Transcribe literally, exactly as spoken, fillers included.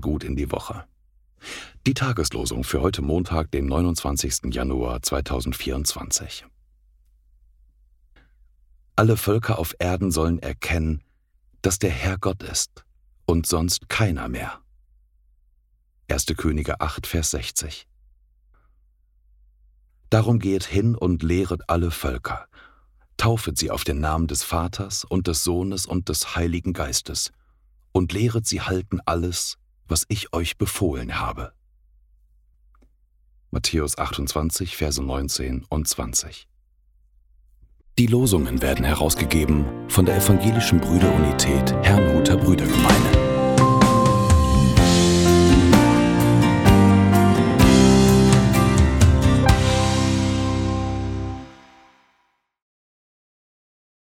gut in die Woche. Die Tageslosung für heute Montag, den neunundzwanzigsten Januar zweitausendvierundzwanzig. Alle Völker auf Erden sollen erkennen, dass der Herr Gott ist und sonst keiner mehr. erste Könige acht, Vers sechzig. Darum gehet hin und lehret alle Völker, taufet sie auf den Namen des Vaters und des Sohnes und des Heiligen Geistes und lehret sie halten alles, was ich euch befohlen habe. Matthäus achtundzwanzig, Verse neunzehn und zwanzig. Die Losungen werden herausgegeben von der Evangelischen Brüderunität Herrnhuter Brüdergemeine.